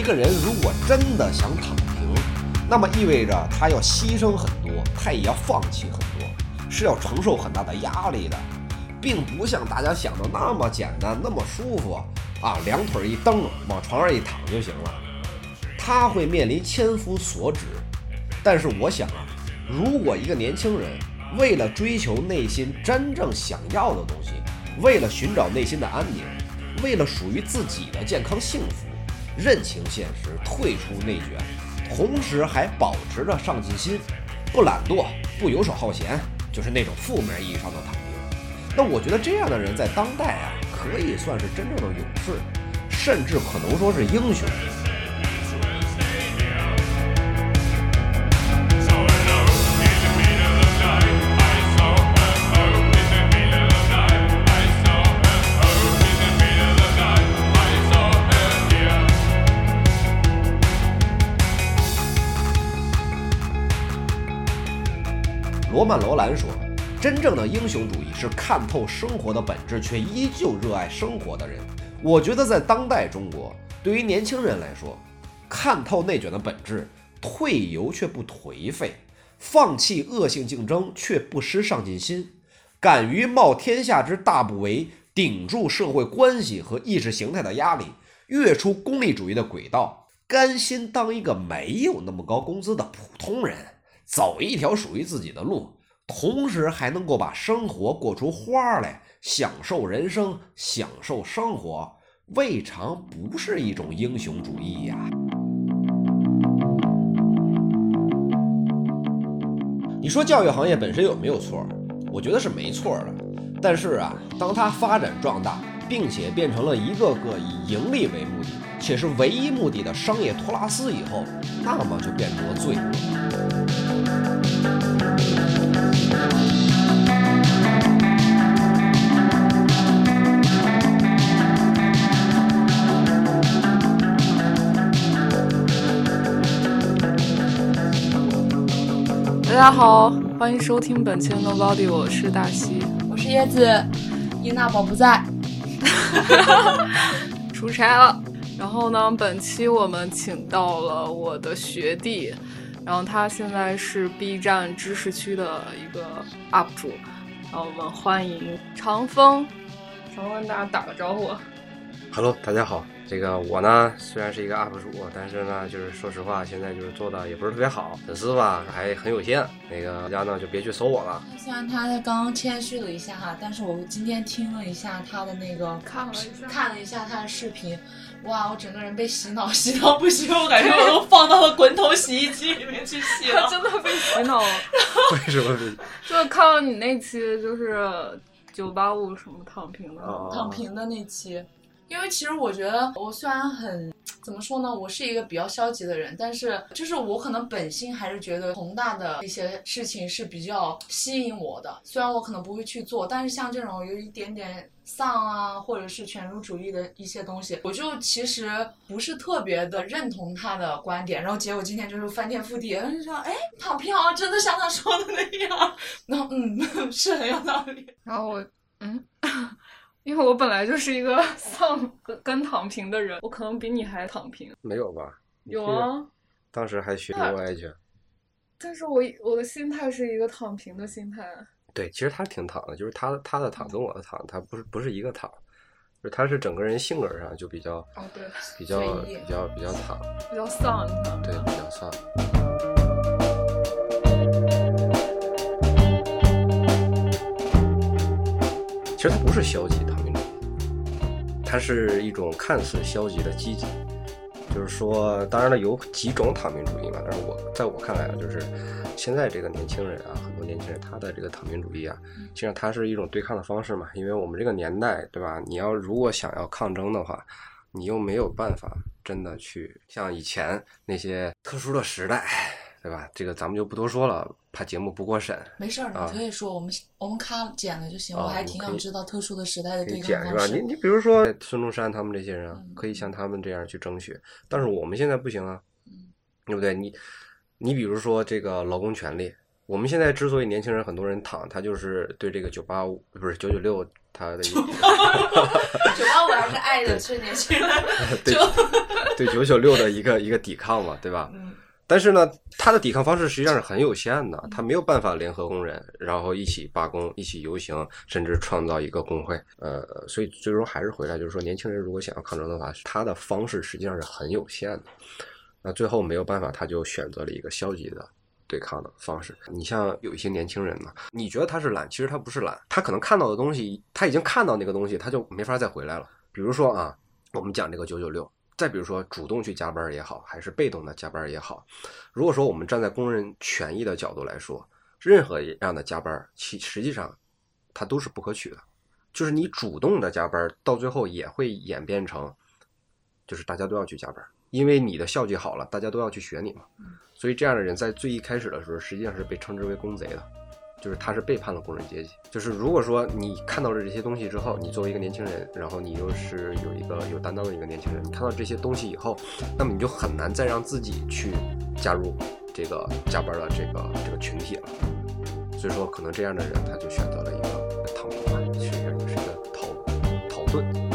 个人如果真的想躺平，那么意味着他要牺牲很多，他也要放弃很多，是要承受很大的压力的，并不像大家想的那么简单，那么舒服啊，两腿一蹬，往床上一躺就行了。他会面临千夫所指。但是我想啊，如果一个年轻人为了追求内心真正想要的东西，为了寻找内心的安宁，为了属于自己的健康幸福，认清现实，退出内卷，同时还保持着上进心，不懒惰，不游手好闲，就是那种负面意义上的躺平。那我觉得这样的人在当代啊，可以算是真正的勇士，甚至可能说是英雄。罗曼·罗兰说，真正的英雄主义是看透生活的本质却依旧热爱生活的人。我觉得在当代中国，对于年轻人来说，看透内卷的本质，退游却不颓废，放弃恶性竞争却不失上进心，敢于冒天下之大不韪，顶住社会关系和意识形态的压力，跃出功利主义的轨道，甘心当一个没有那么高工资的普通人，走一条属于自己的路，同时还能够把生活过出花来，享受人生，享受生活，未尝不是一种英雄主义呀。你说教育行业本身有没有错？我觉得是没错的。但是啊，当它发展壮大，并且变成了一个个以盈利为目的，且是唯一目的的商业托拉斯以后，那么就变成了罪恶。 大家好，欢迎收听本期的 Nobody， 我是大西， 我是椰子，伊娜宝不在， 出差了。然后呢，本期我们请到了我的学弟，然后他现在是 B 站知识区的一个 UP 主，然后我们欢迎长风，长风跟大家打个招呼。 Hello， 大家好。这个我呢，虽然是一个 UP 主，但是呢，就是说实话，现在就是做的也不是特别好，粉丝吧还很有限。那个大家呢就别去搜我了。 虽然他刚刚谦虚了一下哈，但是我今天听了一下他的那个，看了一下他的视频，哇，我整个人被洗脑不行，我感觉我都放到了滚筒洗衣机里面去洗了。 他真的被洗脑了。 为什么？ 就看了你那期，就是985什么躺平的， 躺平的那期。因为其实我觉得我虽然很怎么说呢，我是一个比较消极的人，但是就是我可能本心还是觉得宏大的一些事情是比较吸引我的，虽然我可能不会去做，但是像这种有一点点丧啊或者是犬儒主义的一些东西，我就其实不是特别的认同他的观点，然后结果今天就是翻天覆地，就说哎，躺平好像真的像他说的那样，然后是很有道理。 然后我因为我本来就是一个丧跟躺平的人，我可能比你还躺平。 没有吧？ 有啊， 当时还学过爱去。 但是我的心态是一个躺平的心态。对， 其实他挺躺的，就是他的躺跟我的躺，他不是一个躺，就是他是整个人性格上就比较对， 比较躺， 比较丧， 对，比较丧。其实它不是消极躺平主义，它是一种看似消极的积极。就是说，当然了，有几种躺平主义嘛，但是在我看来啊，就是现在这个年轻人啊，很多年轻人他的这个躺平主义啊，实际上它是一种对抗的方式嘛。因为我们这个年代，对吧？你如果想要抗争的话，你又没有办法真的去像以前那些特殊的时代，对吧？这个咱们就不多说了，怕节目不过审。 没事你可以说，我们卡剪了就行。我还挺想知道特殊的时代的对抗方式。 是吧？你比如说孙中山他们这些人可以像他们这样去争取，但是我们现在不行啊，对不对？你比如说这个劳工权利，我们现在之所以年轻人很多人躺，他就是对这个985不是996 他的 985还是爱的是年轻人， 对996的一个抵抗嘛，对吧？但是呢，他的抵抗方式实际上是很有限的，他没有办法联合工人，然后一起罢工、一起游行，甚至创造一个工会。所以最终还是回来，就是说，年轻人如果想要抗争的话，他的方式实际上是很有限的。那最后没有办法，他就选择了一个消极的对抗的方式。你像有一些年轻人呢，你觉得他是懒，其实他不是懒，他可能看到的东西，他已经看到那个东西，他就没法再回来了。比如说啊，我们讲这个996。再比如说主动去加班也好，还是被动的加班也好，如果说我们站在工人权益的角度来说，任何样的加班实际上它都是不可取的。就是你主动的加班到最后也会演变成就是大家都要去加班，因为你的效绩好了，大家都要去学你嘛。所以这样的人在最一开始的时候实际上是被称之为工贼的，就是他是背叛了工人阶级。就是如果说你看到了这些东西之后，你作为一个年轻人，然后你又是有一个有担当的一个年轻人，你看到这些东西以后，那么你就很难再让自己去加入这个加班的这个群体了。所以说可能这样的人他就选择了一个躺平吧，实际上也是一个逃遁。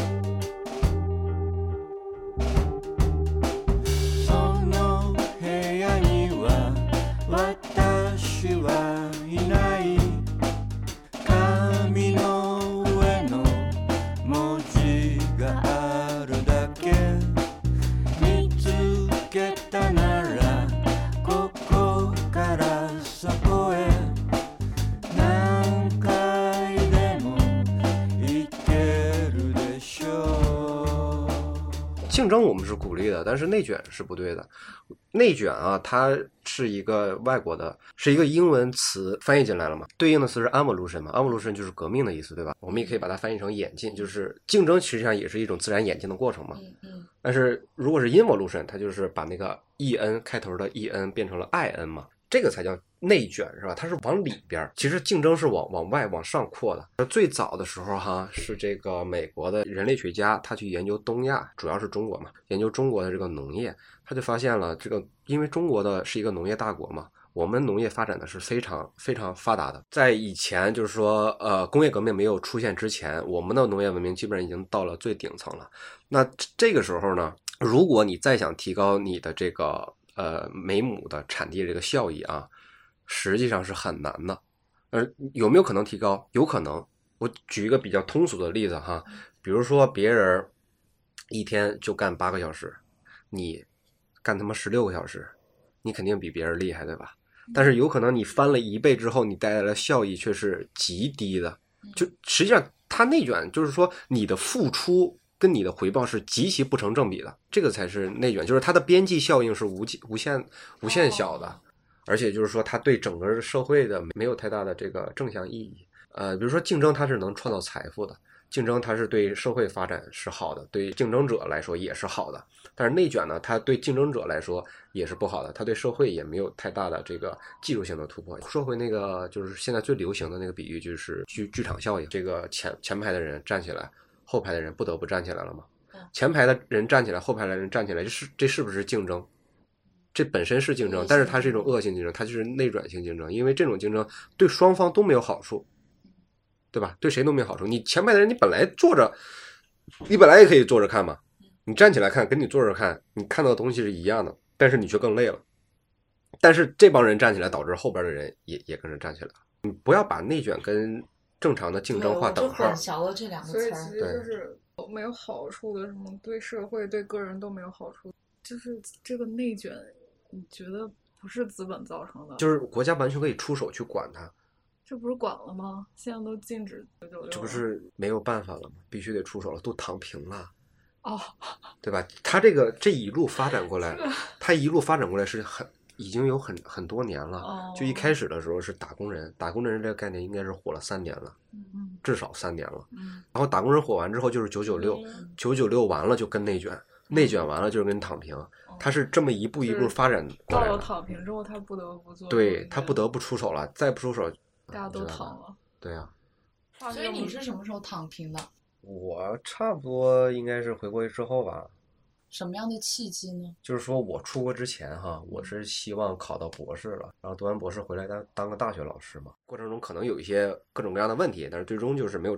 竞争我们是鼓励的，但是内卷是不对的。内卷啊，它是一个外国的，是一个英文词翻译进来了嘛，对应的词是 evolution 嘛 ，evolution 就是革命的意思，对吧？我们也可以把它翻译成演进，就是竞争实际上也是一种自然演进的过程嘛。但是如果是 involution， 它就是把那个 en 开头的 en 变成了 in 嘛，这个才叫内卷，是吧？它是往里边，其实竞争是往外往上扩的。最早的时候哈，是这个美国的人类学家，他去研究东亚，主要是中国嘛，研究中国的这个农业，他就发现了这个，因为中国的是一个农业大国嘛，我们农业发展的是非常非常发达的。在以前就是说工业革命没有出现之前，我们的农业文明基本上已经到了最顶层了。那这个时候呢，如果你再想提高你的这个每亩的产地这个效益啊，实际上是很难的。有没有可能提高？有可能。我举一个比较通俗的例子哈，比如说别人一天就干8个小时，你干他妈16个小时，你肯定比别人厉害，对吧？但是有可能你翻了1倍之后，你带来的效益却是极低的。就实际上它内卷就是说你的付出跟你的回报是极其不成正比的，这个才是内卷，就是它的边际效应是无限小的，而且就是说它对整个社会的没有太大的这个正向意义。比如说竞争它是能创造财富的，竞争它是对社会发展是好的，对竞争者来说也是好的。但是内卷呢，它对竞争者来说也是不好的，它对社会也没有太大的这个技术性的突破。说回那个就是现在最流行的那个比喻，就是剧场效应，这个前排的人站起来，后排的人不得不站起来了嘛。前排的人站起来，后排的人站起来，这是不是竞争？这本身是竞争，但是它是一种恶性竞争，它就是内转性竞争，因为这种竞争对双方都没有好处，对吧？对谁都没有好处。你前排的人，你本来坐着，你本来也可以坐着看嘛，你站起来看，跟你坐着看，你看到的东西是一样的，但是你却更累了。但是这帮人站起来，导致后边的人也跟着站起来了。你不要把内卷跟正常的竞争画等号。 混淆了这两个词。 所以其实就是没有好处的，什么对社会对个人都没有好处。就是这个内卷，你觉得不是资本造成的？ 就是国家完全可以出手去管它。 这不是管了吗？现在都禁止996， 这不是没有办法了吗？必须得出手了，都躺平了。 哦， 对吧？他这一路发展过来，他一路发展过来是已经有很多年了。 哦， 就一开始的时候是打工人这个概念应该是火了3年了，至少3年了。然后打工人火完之后就是996，996完了就跟内卷，内卷完了就是跟躺平。他是这么一步一步发展过来的。 到了躺平之后，他不得不做。 对，他不得不出手了，再不出手， 大家都躺了。 对啊。 所以你是什么时候躺平的？ 我差不多应该是回国之后吧。 什么样的契机呢？ 就是说我出国之前哈，我是希望考到博士了，然后读完博士回来当个大学老师嘛。过程中可能有一些各种各样的问题，但是最终就是没有成功。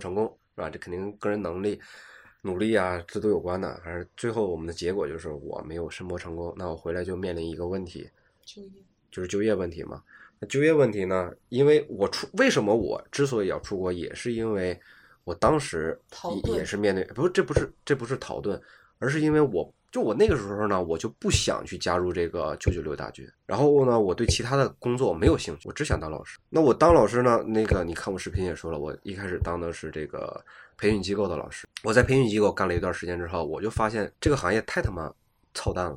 是吧？这肯定个人能力、努力啊，这都有关的。反正最后我们的结果就是我没有申博成功，那我回来就面临一个问题，就是就业问题嘛。那就业问题呢，因为为什么我之所以要出国，也是因为我当时也是面对这不是逃遁，而是因为我那个时候呢，我就不想去加入这个996大军，然后呢，我对其他的工作没有兴趣，我只想当老师。那我当老师呢，那个你看我视频也说了，我一开始当的是这个培训机构的老师。我在培训机构干了一段时间之后，我就发现这个行业太他妈操蛋了。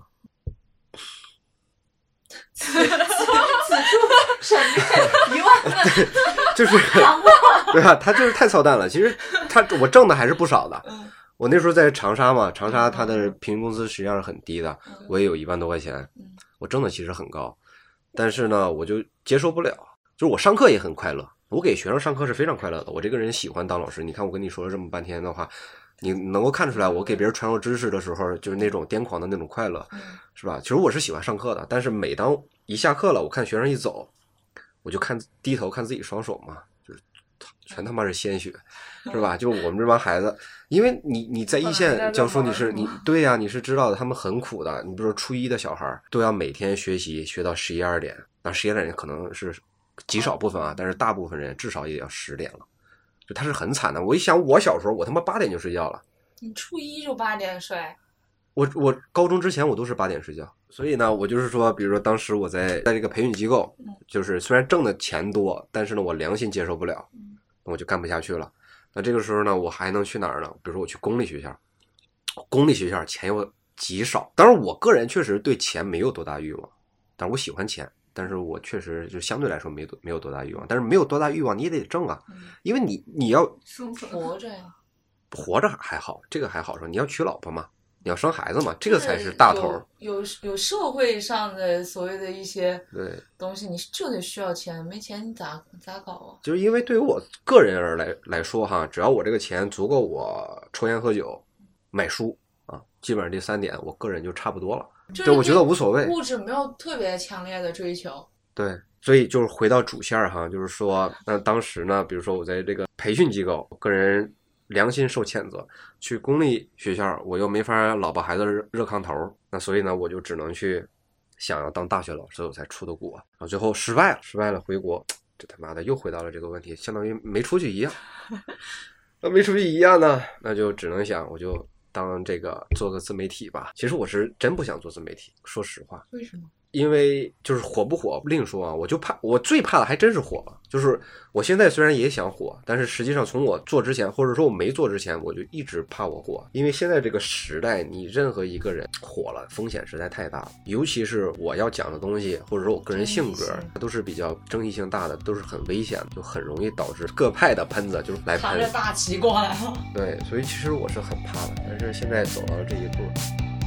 此处省略1万对，就是对吧？他就是太操蛋了。其实我挣的还是不少的。我那时候在长沙嘛，长沙它的平均工资实际上是很低的，我也有1万多块钱，我挣的其实很高，但是呢，我就接受不了。就是我上课也很快乐，我给学生上课是非常快乐的。我这个人喜欢当老师，你看我跟你说了这么半天的话，你能够看出来，我给别人传授知识的时候，就是那种癫狂的那种快乐，是吧？其实我是喜欢上课的，但是每当一下课了，我看学生一走，我就低头看自己双手嘛，就是全他妈是鲜血，是吧？就我们这帮孩子，因为你在一线教书，你对呀，你是知道的，他们很苦的。你比如说初一的小孩都要每天学习，学到11、12点，那11、12点可能是极少部分啊，但是大部分人至少也要10点了。就他是很惨的。我一想，我小时候我他妈8点就睡觉了。 你初一就8点睡？ 我高中之前我都是8点睡觉。所以呢，我就是说，比如说当时我在这个培训机构，就是虽然挣的钱多，但是呢，我良心接受不了，那我就干不下去了。那这个时候呢，我还能去哪儿呢？比如说我去公立学校，公立学校钱又极少。当然，我个人确实对钱没有多大欲望，但是我喜欢钱。但是我确实就相对来说没有多大欲望，但是没有多大欲望你也得挣啊，因为你要活着呀， 活着还好，这个还好说，你要娶老婆嘛，你要生孩子嘛，这个才是大头。 有社会上的所谓的一些东西， 对， 你就得需要钱，没钱你咋搞啊？ 就是因为对于我个人来说哈，只要我这个钱足够我抽烟喝酒买书啊，基本上这3点我个人就差不多了。对，我觉得无所谓， 物质没有特别强烈的追求。 对，所以就是回到主线哈，就是说，那当时呢，比如说我在这个培训机构，个人良心受谴责，去公立学校我又没法老婆孩子热炕头，那所以呢，我就只能去想要当大学老师，我才出的国，然后最后失败了，回国，这他妈的又回到了这个问题，相当于没出去一样。那没出去一样呢，那就只能想我就当这个做个自媒体吧。其实我是真不想做自媒体，说实话。 为什么？ 因为就是火不火另说啊，我最怕的还真是火。就是我现在虽然也想火，但是实际上从我做之前，或者说我没做之前，我就一直怕我火。因为现在这个时代，你任何一个人火了，风险实在太大了。尤其是我要讲的东西，或者说我个人性格，都是比较争议性大的，都是很危险的，就很容易导致各派的喷子就是来喷。 扛着大旗过来了。 对，所以其实我是很怕的，但是现在走到了这一步。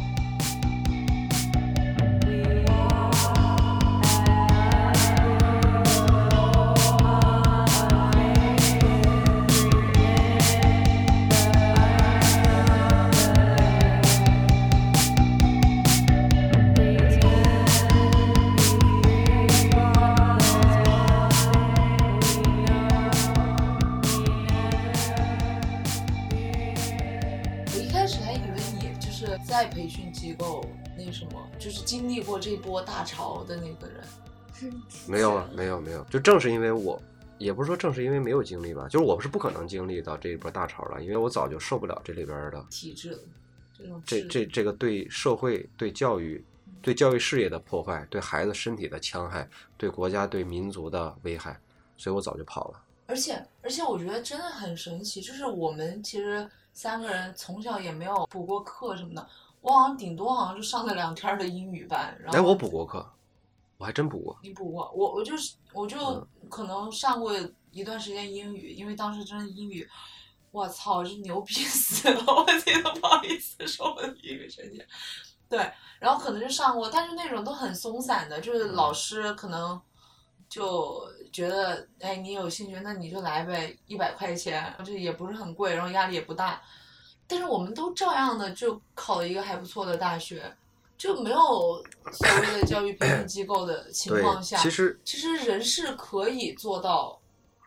在培训机构那什么，就是经历过这波大潮的那个人。 没有，就正是因为我，也不是说正是因为没有经历吧，就是我是不可能经历到这一波大潮了，因为我早就受不了这里边的体制， 这个对社会、对教育、对教育事业的破坏，对孩子身体的戕害，对国家、对民族的危害，所以我早就跑了。 而且我觉得真的很神奇，就是我们其实3个人从小也没有补过课什么的，我好像顶多就上了2天的英语班。然后我补过课，我还真补过。 你补过？我就可能上过一段时间英语，因为当时真的英语，我操，这牛逼死了！我自己都不好意思说我的英语成绩。对，然后可能就上过，但是那种都很松散的，就是老师可能就觉得，哎，你有兴趣，那你就来呗，100块钱，这也不是很贵，然后压力也不大。但是我们都照样的就考了一个还不错的大学，就没有所谓的教育培训机构的情况下， 其实人是可以做到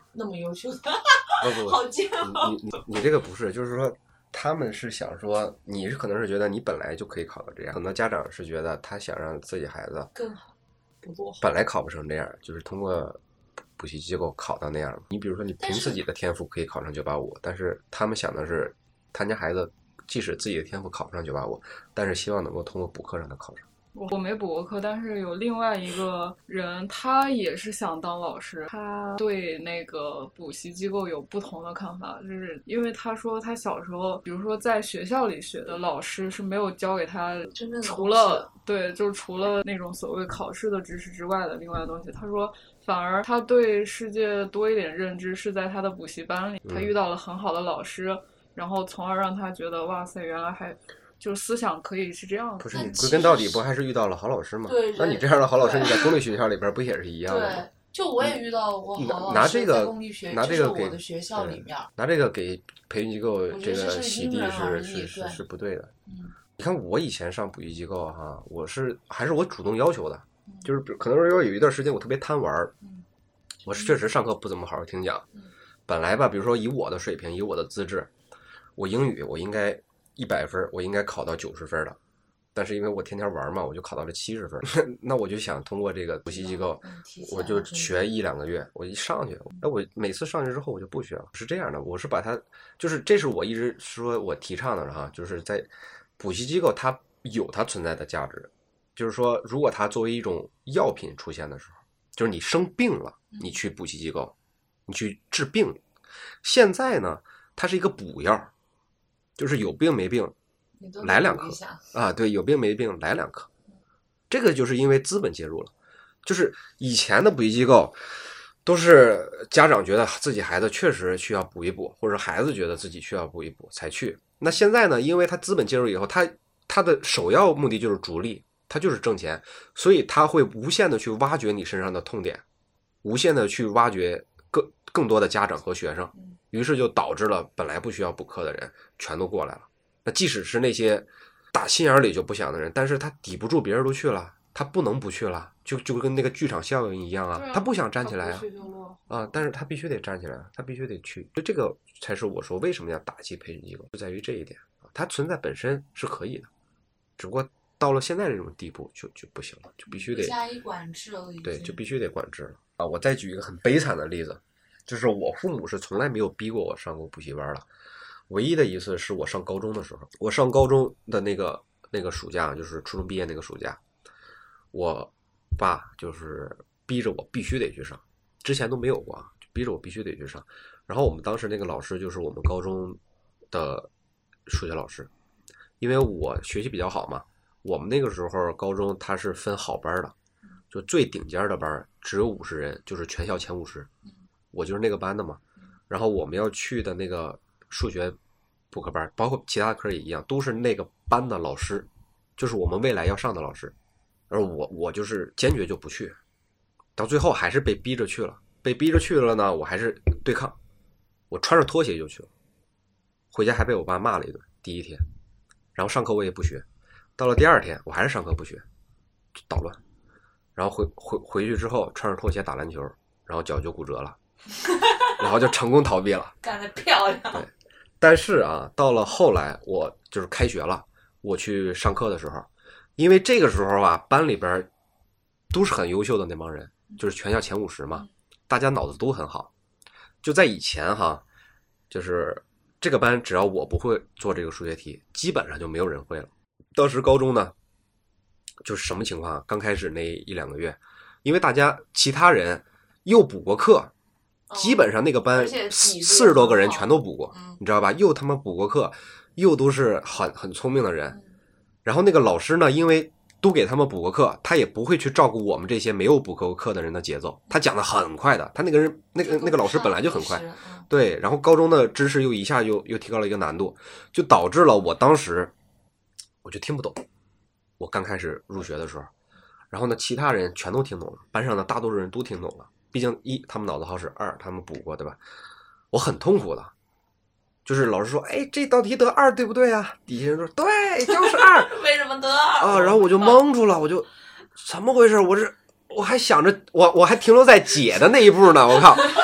那么优秀的， 不好贱哦！ 你这个不是，就是说他们是想说，你是可能是觉得你本来就可以考到这样，很多家长是觉得他想让自己孩子更好，不落后。 本来考不成这样，就是通过补习机构考到那样。你比如说，你凭自己的天赋可以考上985，但是他们想的是，他家孩子即使自己的天赋考不上985，但是希望能够通过补课让他考上。 我没补过课，但是有另外一个人，他也是想当老师，他对那个补习机构有不同的看法，就是因为他说他小时候，比如说在学校里学的老师是没有教给他真正的除了对，就是除了那种所谓考试的知识之外的另外的东西。他说反而他对世界多一点认知是在他的补习班里，他遇到了很好的老师，然后从而让他觉得哇塞，原来还就是思想可以是这样的。 不是，你归根到底不还是遇到了好老师吗？ 对， 那你这样的好老师，你在公立学校里边不也是一样的吗？ 对，就我也遇到过好拿这个老师在公立学， 拿这个给就是我的学校里面， 拿这个给培训机构这个是洗地因人而异是不对的。 嗯， 你看我以前上补习机构哈，还是我主动要求的，就是可能说有一段时间我特别贪玩，我是确实上课不怎么好好听讲。本来吧，比如说以我的水平，以我的资质，我英语我应该100分，我应该考到90分的，但是因为我天天玩嘛，我就考到了70分。那我就想通过这个补习机构，我就学1-2个月，我一上去，那我每次上去之后我就不学了。是这样的，我是把它，就是这是我一直说我提倡的哈，就是在补习机构它有它存在的价值，就是说如果它作为一种药品出现的时候，就是你生病了，你去补习机构，你去治病。现在呢，它是一个补药，就是有病没病来2课啊，对，有病没病来2课。这个就是因为资本介入了，就是以前的补习机构都是家长觉得自己孩子确实需要补一补，或者孩子觉得自己需要补一补才去。那现在呢，因为他资本介入以后，他的首要目的就是逐利，他就是挣钱，所以他会无限的去挖掘你身上的痛点，无限的去挖掘更多的家长和学生，于是就导致了本来不需要补课的人全都过来了。那即使是那些打心眼里就不想的人，但是他抵不住别人都去了，他不能不去了，就跟那个剧场效应一样啊，他不想站起来啊，但是他必须得站起来，他必须得去。就这个才是我说为什么要打击培训机构，就在于这一点，它存在本身是可以的，只不过到了现在这种地步就不行了，就必须得加以管制了。 对，就必须得管制了啊！我再举一个很悲惨的例子，就是我父母是从来没有逼过我上过补习班的。唯一的一次是我上高中的时候，我上高中的那个暑假，就是初中毕业那个暑假，我爸就是逼着我必须得去上，之前都没有过，就逼着我必须得去上。然后我们当时那个老师就是我们高中的数学老师，因为我学习比较好嘛，我们那个时候高中他是分好班的，就最顶尖的班只有50人，就是全校前50，我就是那个班的嘛。然后我们要去的那个数学补课班，包括其他课也一样，都是那个班的老师，就是我们未来要上的老师。而我就是坚决就不去，到最后还是被逼着去了。被逼着去了呢，我还是对抗，我穿着拖鞋就去了，回家还被我爸骂了一顿。第一天，然后上课我也不学，到了第2天我还是上课不学，就捣乱。然后回去之后穿着拖鞋打篮球，然后脚就骨折了，然后就成功逃避了， 干得漂亮。 对，但是啊，到了后来我就是开学了，我去上课的时候，因为这个时候啊，班里边都是很优秀的那帮人，就是全校前50嘛，大家脑子都很好。就在以前哈，就是这个班只要我不会做这个数学题，基本上就没有人会了。当时高中呢，就是什么情况？刚开始那1-2个月，因为大家其他人又补过课，基本上那个班40多个人全都补过，你知道吧？又他妈补过课，又都是很聪明的人。然后那个老师呢，因为都给他们补过课，他也不会去照顾我们这些没有补过课的人的节奏，他讲的很快的，他那个人那个老师本来就很快，对，然后高中的知识又一下又提高了一个难度，就导致了我当时我就听不懂。我刚开始入学的时候，然后呢，其他人全都听懂了，班上的大多数人都听懂了，毕竟1他们脑子好使，2他们补过，对吧？我很痛苦的。就是老师说，哎，这道题得2对不对啊？底下人说对，就是2。 为什么得2 啊？然后我就懵住了，我就怎么回事？我还想着我还停留在解的那一步呢，我靠！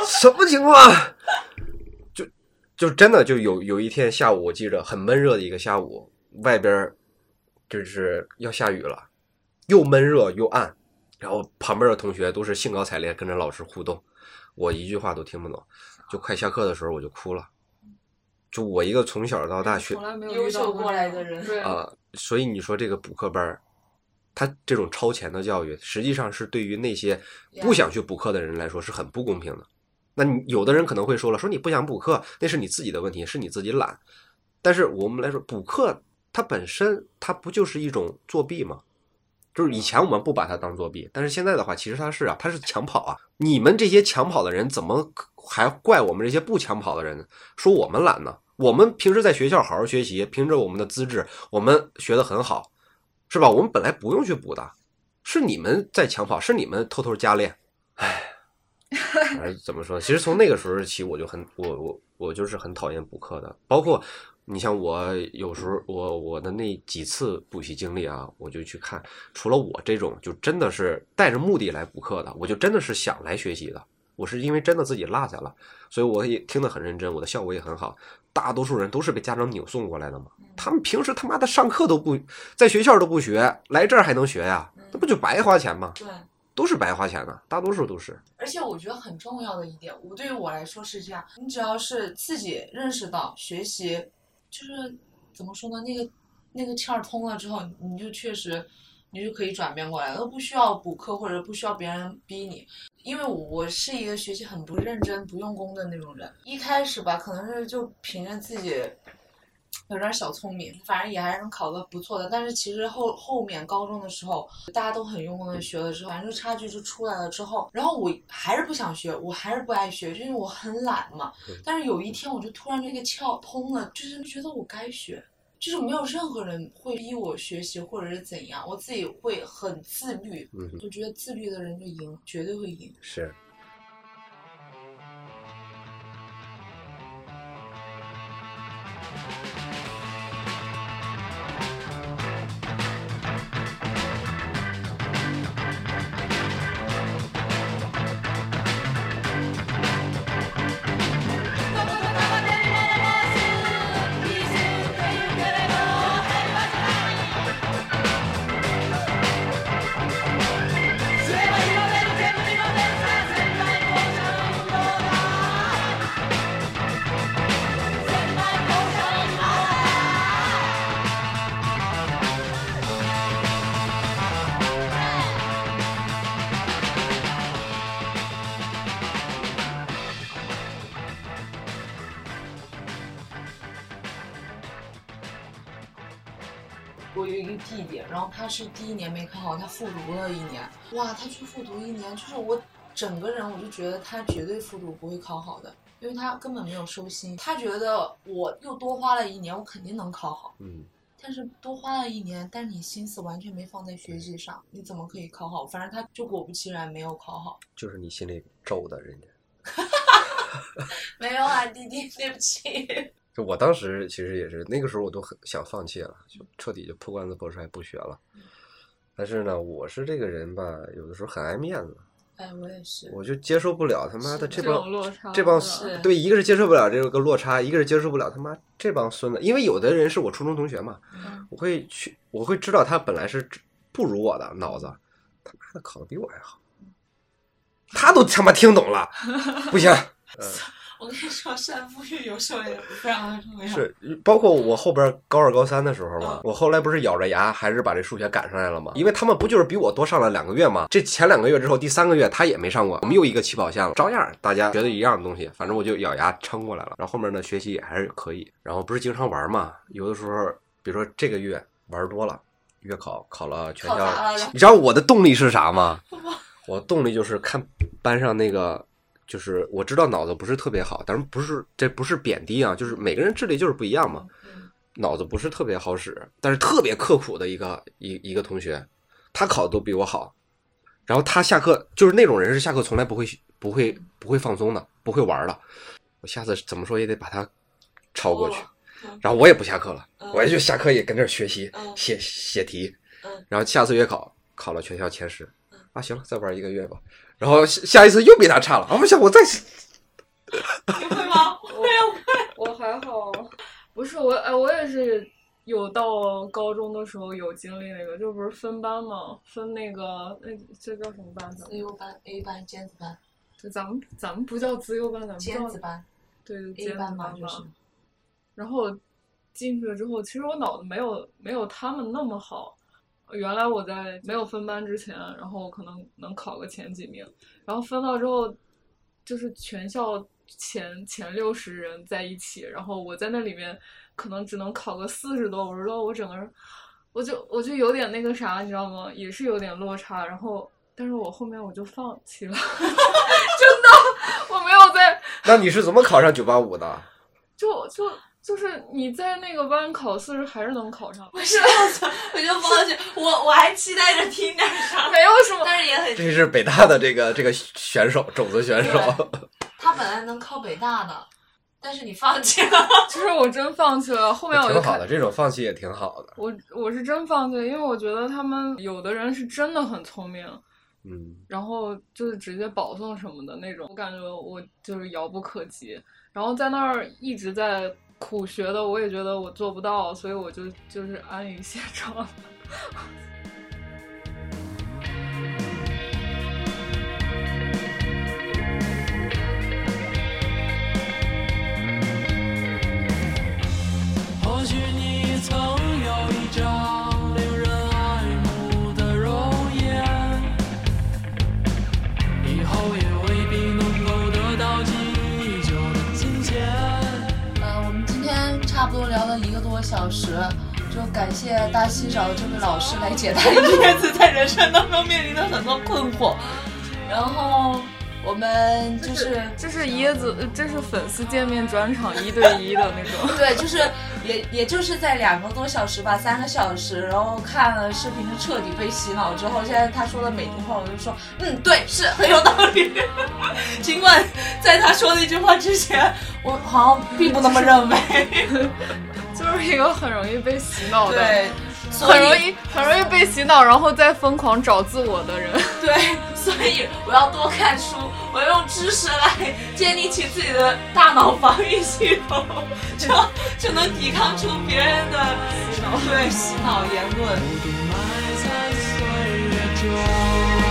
什么情况？就真的就有一天下午，我记着很闷热的一个下午，外边就是要下雨了，又闷热又暗，然后旁边的同学都是兴高采烈跟着老师互动，我一句话都听不懂，就快下课的时候我就哭了。就我一个从小到大学优秀过来的人所以你说这个补课班，他这种超前的教育，实际上是对于那些不想去补课的人来说是很不公平的。那你有的人可能会说了，说你不想补课，那是你自己的问题，是你自己懒。但是我们来说，补课它本身它不就是一种作弊吗？就是以前我们不把它当作弊，但是现在的话，其实它是抢跑啊。你们这些抢跑的人，怎么还怪我们这些不抢跑的人说我们懒呢？我们平时在学校好好学习，凭着我们的资质，我们学得很好，是吧？我们本来不用去补的，是你们在抢跑，是你们偷偷加练。唉，怎么说？其实从那个时候起，我就我就是很讨厌补课的。包括你像我有时候我的那几次补习经历啊，我就去看，除了我这种就真的是带着目的来补课的，我就真的是想来学习的。我是因为真的自己落下了，所以我也听得很认真，我的效果也很好。大多数人都是被家长扭送过来的嘛，他们平时他妈的上课都不在学校都不学，来这儿还能学呀？那不就白花钱吗？ 对， 都是白花钱的，大多数都是。 而且我觉得很重要的一点，对于我来说是这样，你只要是自己认识到学习，就是怎么说呢，那个气儿通了之后，你就确实你就可以转变过来了，都不需要补课或者不需要别人逼你。因为我是一个学习很不认真不用功的那种人，一开始吧可能是就凭着自己有点小聪明，反正也还能考得不错的。但是其实后面高中的时候，大家都很用功的学了之后，反正就差距就出来了之后，然后我还是不想学，我还是不爱学，就是我很懒嘛。但是有一天我就突然这个窍通了，就是觉得我该学。就是没有任何人会逼我学习或者是怎样，我自己会很自律，就觉得自律的人就赢，绝对会赢。 是。 我有一个弟弟，然后他是第一年没考好，他复读了1年。哇，他去复读1年，就是我整个人我就觉得他绝对复读不会考好的，因为他根本没有收心。他觉得我又多花了1年，我肯定能考好。但是多花了1年，但是你心思完全没放在学习上，你怎么可以考好？反正他就果不其然没有考好。 就是你心里咒的人家。 没有啊，弟弟，对不起。 就我当时其实也是那个时候我都很想放弃了，就彻底就破罐子破摔不学了。但是呢，我是这个人吧，有的时候很爱面子。 哎，我也是。 我就接受不了他妈的这帮落差， 对，一个是接受不了这个落差，一个是接受不了他妈这帮孙子。因为有的人是我初中同学嘛，我会知道他本来是不如我的脑子，他妈的考得比我还好，他都他妈听懂了，不行。 我跟你说，胜负欲有时候也非常的重要。 是，包括我后边高2高3的时候嘛，我后来不是咬着牙还是把这数学赶上来了吗？因为他们不就是比我多上了2个月吗？这前2个月之后，第3个月他也没上过，我们又一个起跑线了，照样大家学的一样的东西，反正我就咬牙撑过来了。然后后面呢，学习也还是可以。然后不是经常玩嘛，有的时候，比如说这个月玩多了，月考了全校，你知道我的动力是啥吗？我动力就是看班上那个。就是我知道脑子不是特别好，当然这不是贬低啊，就是每个人智力就是不一样嘛，脑子不是特别好使，但是特别刻苦的一个同学，他考的都比我好，然后他下课就是那种人是下课从来不会放松的，不会玩的，我下次怎么说也得把他超过去，然后我也不下课了，我也就下课也跟这儿学习写题，然后下次月考了全校前10啊，行了，再玩1个月吧。然后下一次又比他差了，不行，我再你会吗？ 我还好，不是我也是有到高中的时候有经历那个，就不是分班嘛，分那个这叫什么班？ 自由班、A 班、尖子班。 对，咱们不叫自由班，咱们尖子班。 对，尖 A 子班嘛就是。 然后进去了之后，其实我脑子没有他们那么好。原来我在没有分班之前，然后可能能考个前几名，然后分到之后，就是全校前60人在一起，然后我在那里面可能只能考个40多50多，我整个人我就有点那个啥，你知道吗？也是有点落差，然后但是我后面我就放弃了，真的，我没有在。 那你是怎么考上985的？ 就是你在那个班考试还是能考上， 不是，我就放弃。我还期待着听点啥， 没有什么， 但是也很。 这是北大的这个选手，种子选手。 他本来能考北大的，但是你放弃了。 其实我真放弃了，后面我就挺好的，这种放弃也挺好的。 我是真放弃了，因为我觉得他们有的人是真的很聪明，然后就是直接保送什么的那种，我感觉我就是遥不可及。然后在那儿一直在苦学的，我也觉得我做不到，所以我就是安于现状。 或许你曾有一张令人爱慕的容颜，以后也未必能够得到记忆久的金钱。 我们今天差不多聊了1个多小时，就感谢大西找的这位老师来解答椰子在人生当中面临的很多困惑。然后我们这是椰子，这是粉丝见面专场1对1的那种。 对，就是也就是在2个多小时吧，3个小时，然后看了视频，就彻底被洗脑之后，现在他说的每句话，我就说，对，是很有道理。尽管在他说那句话之前，我好像并不那么认为。 就是一个很容易被洗脑的， 对， 很容易被洗脑，然后再疯狂找自我的人。 对，所以我要多看书，我要用知识来建立起自己的大脑防御系统，就能抵抗住别人的洗脑言论。 埋在岁月中。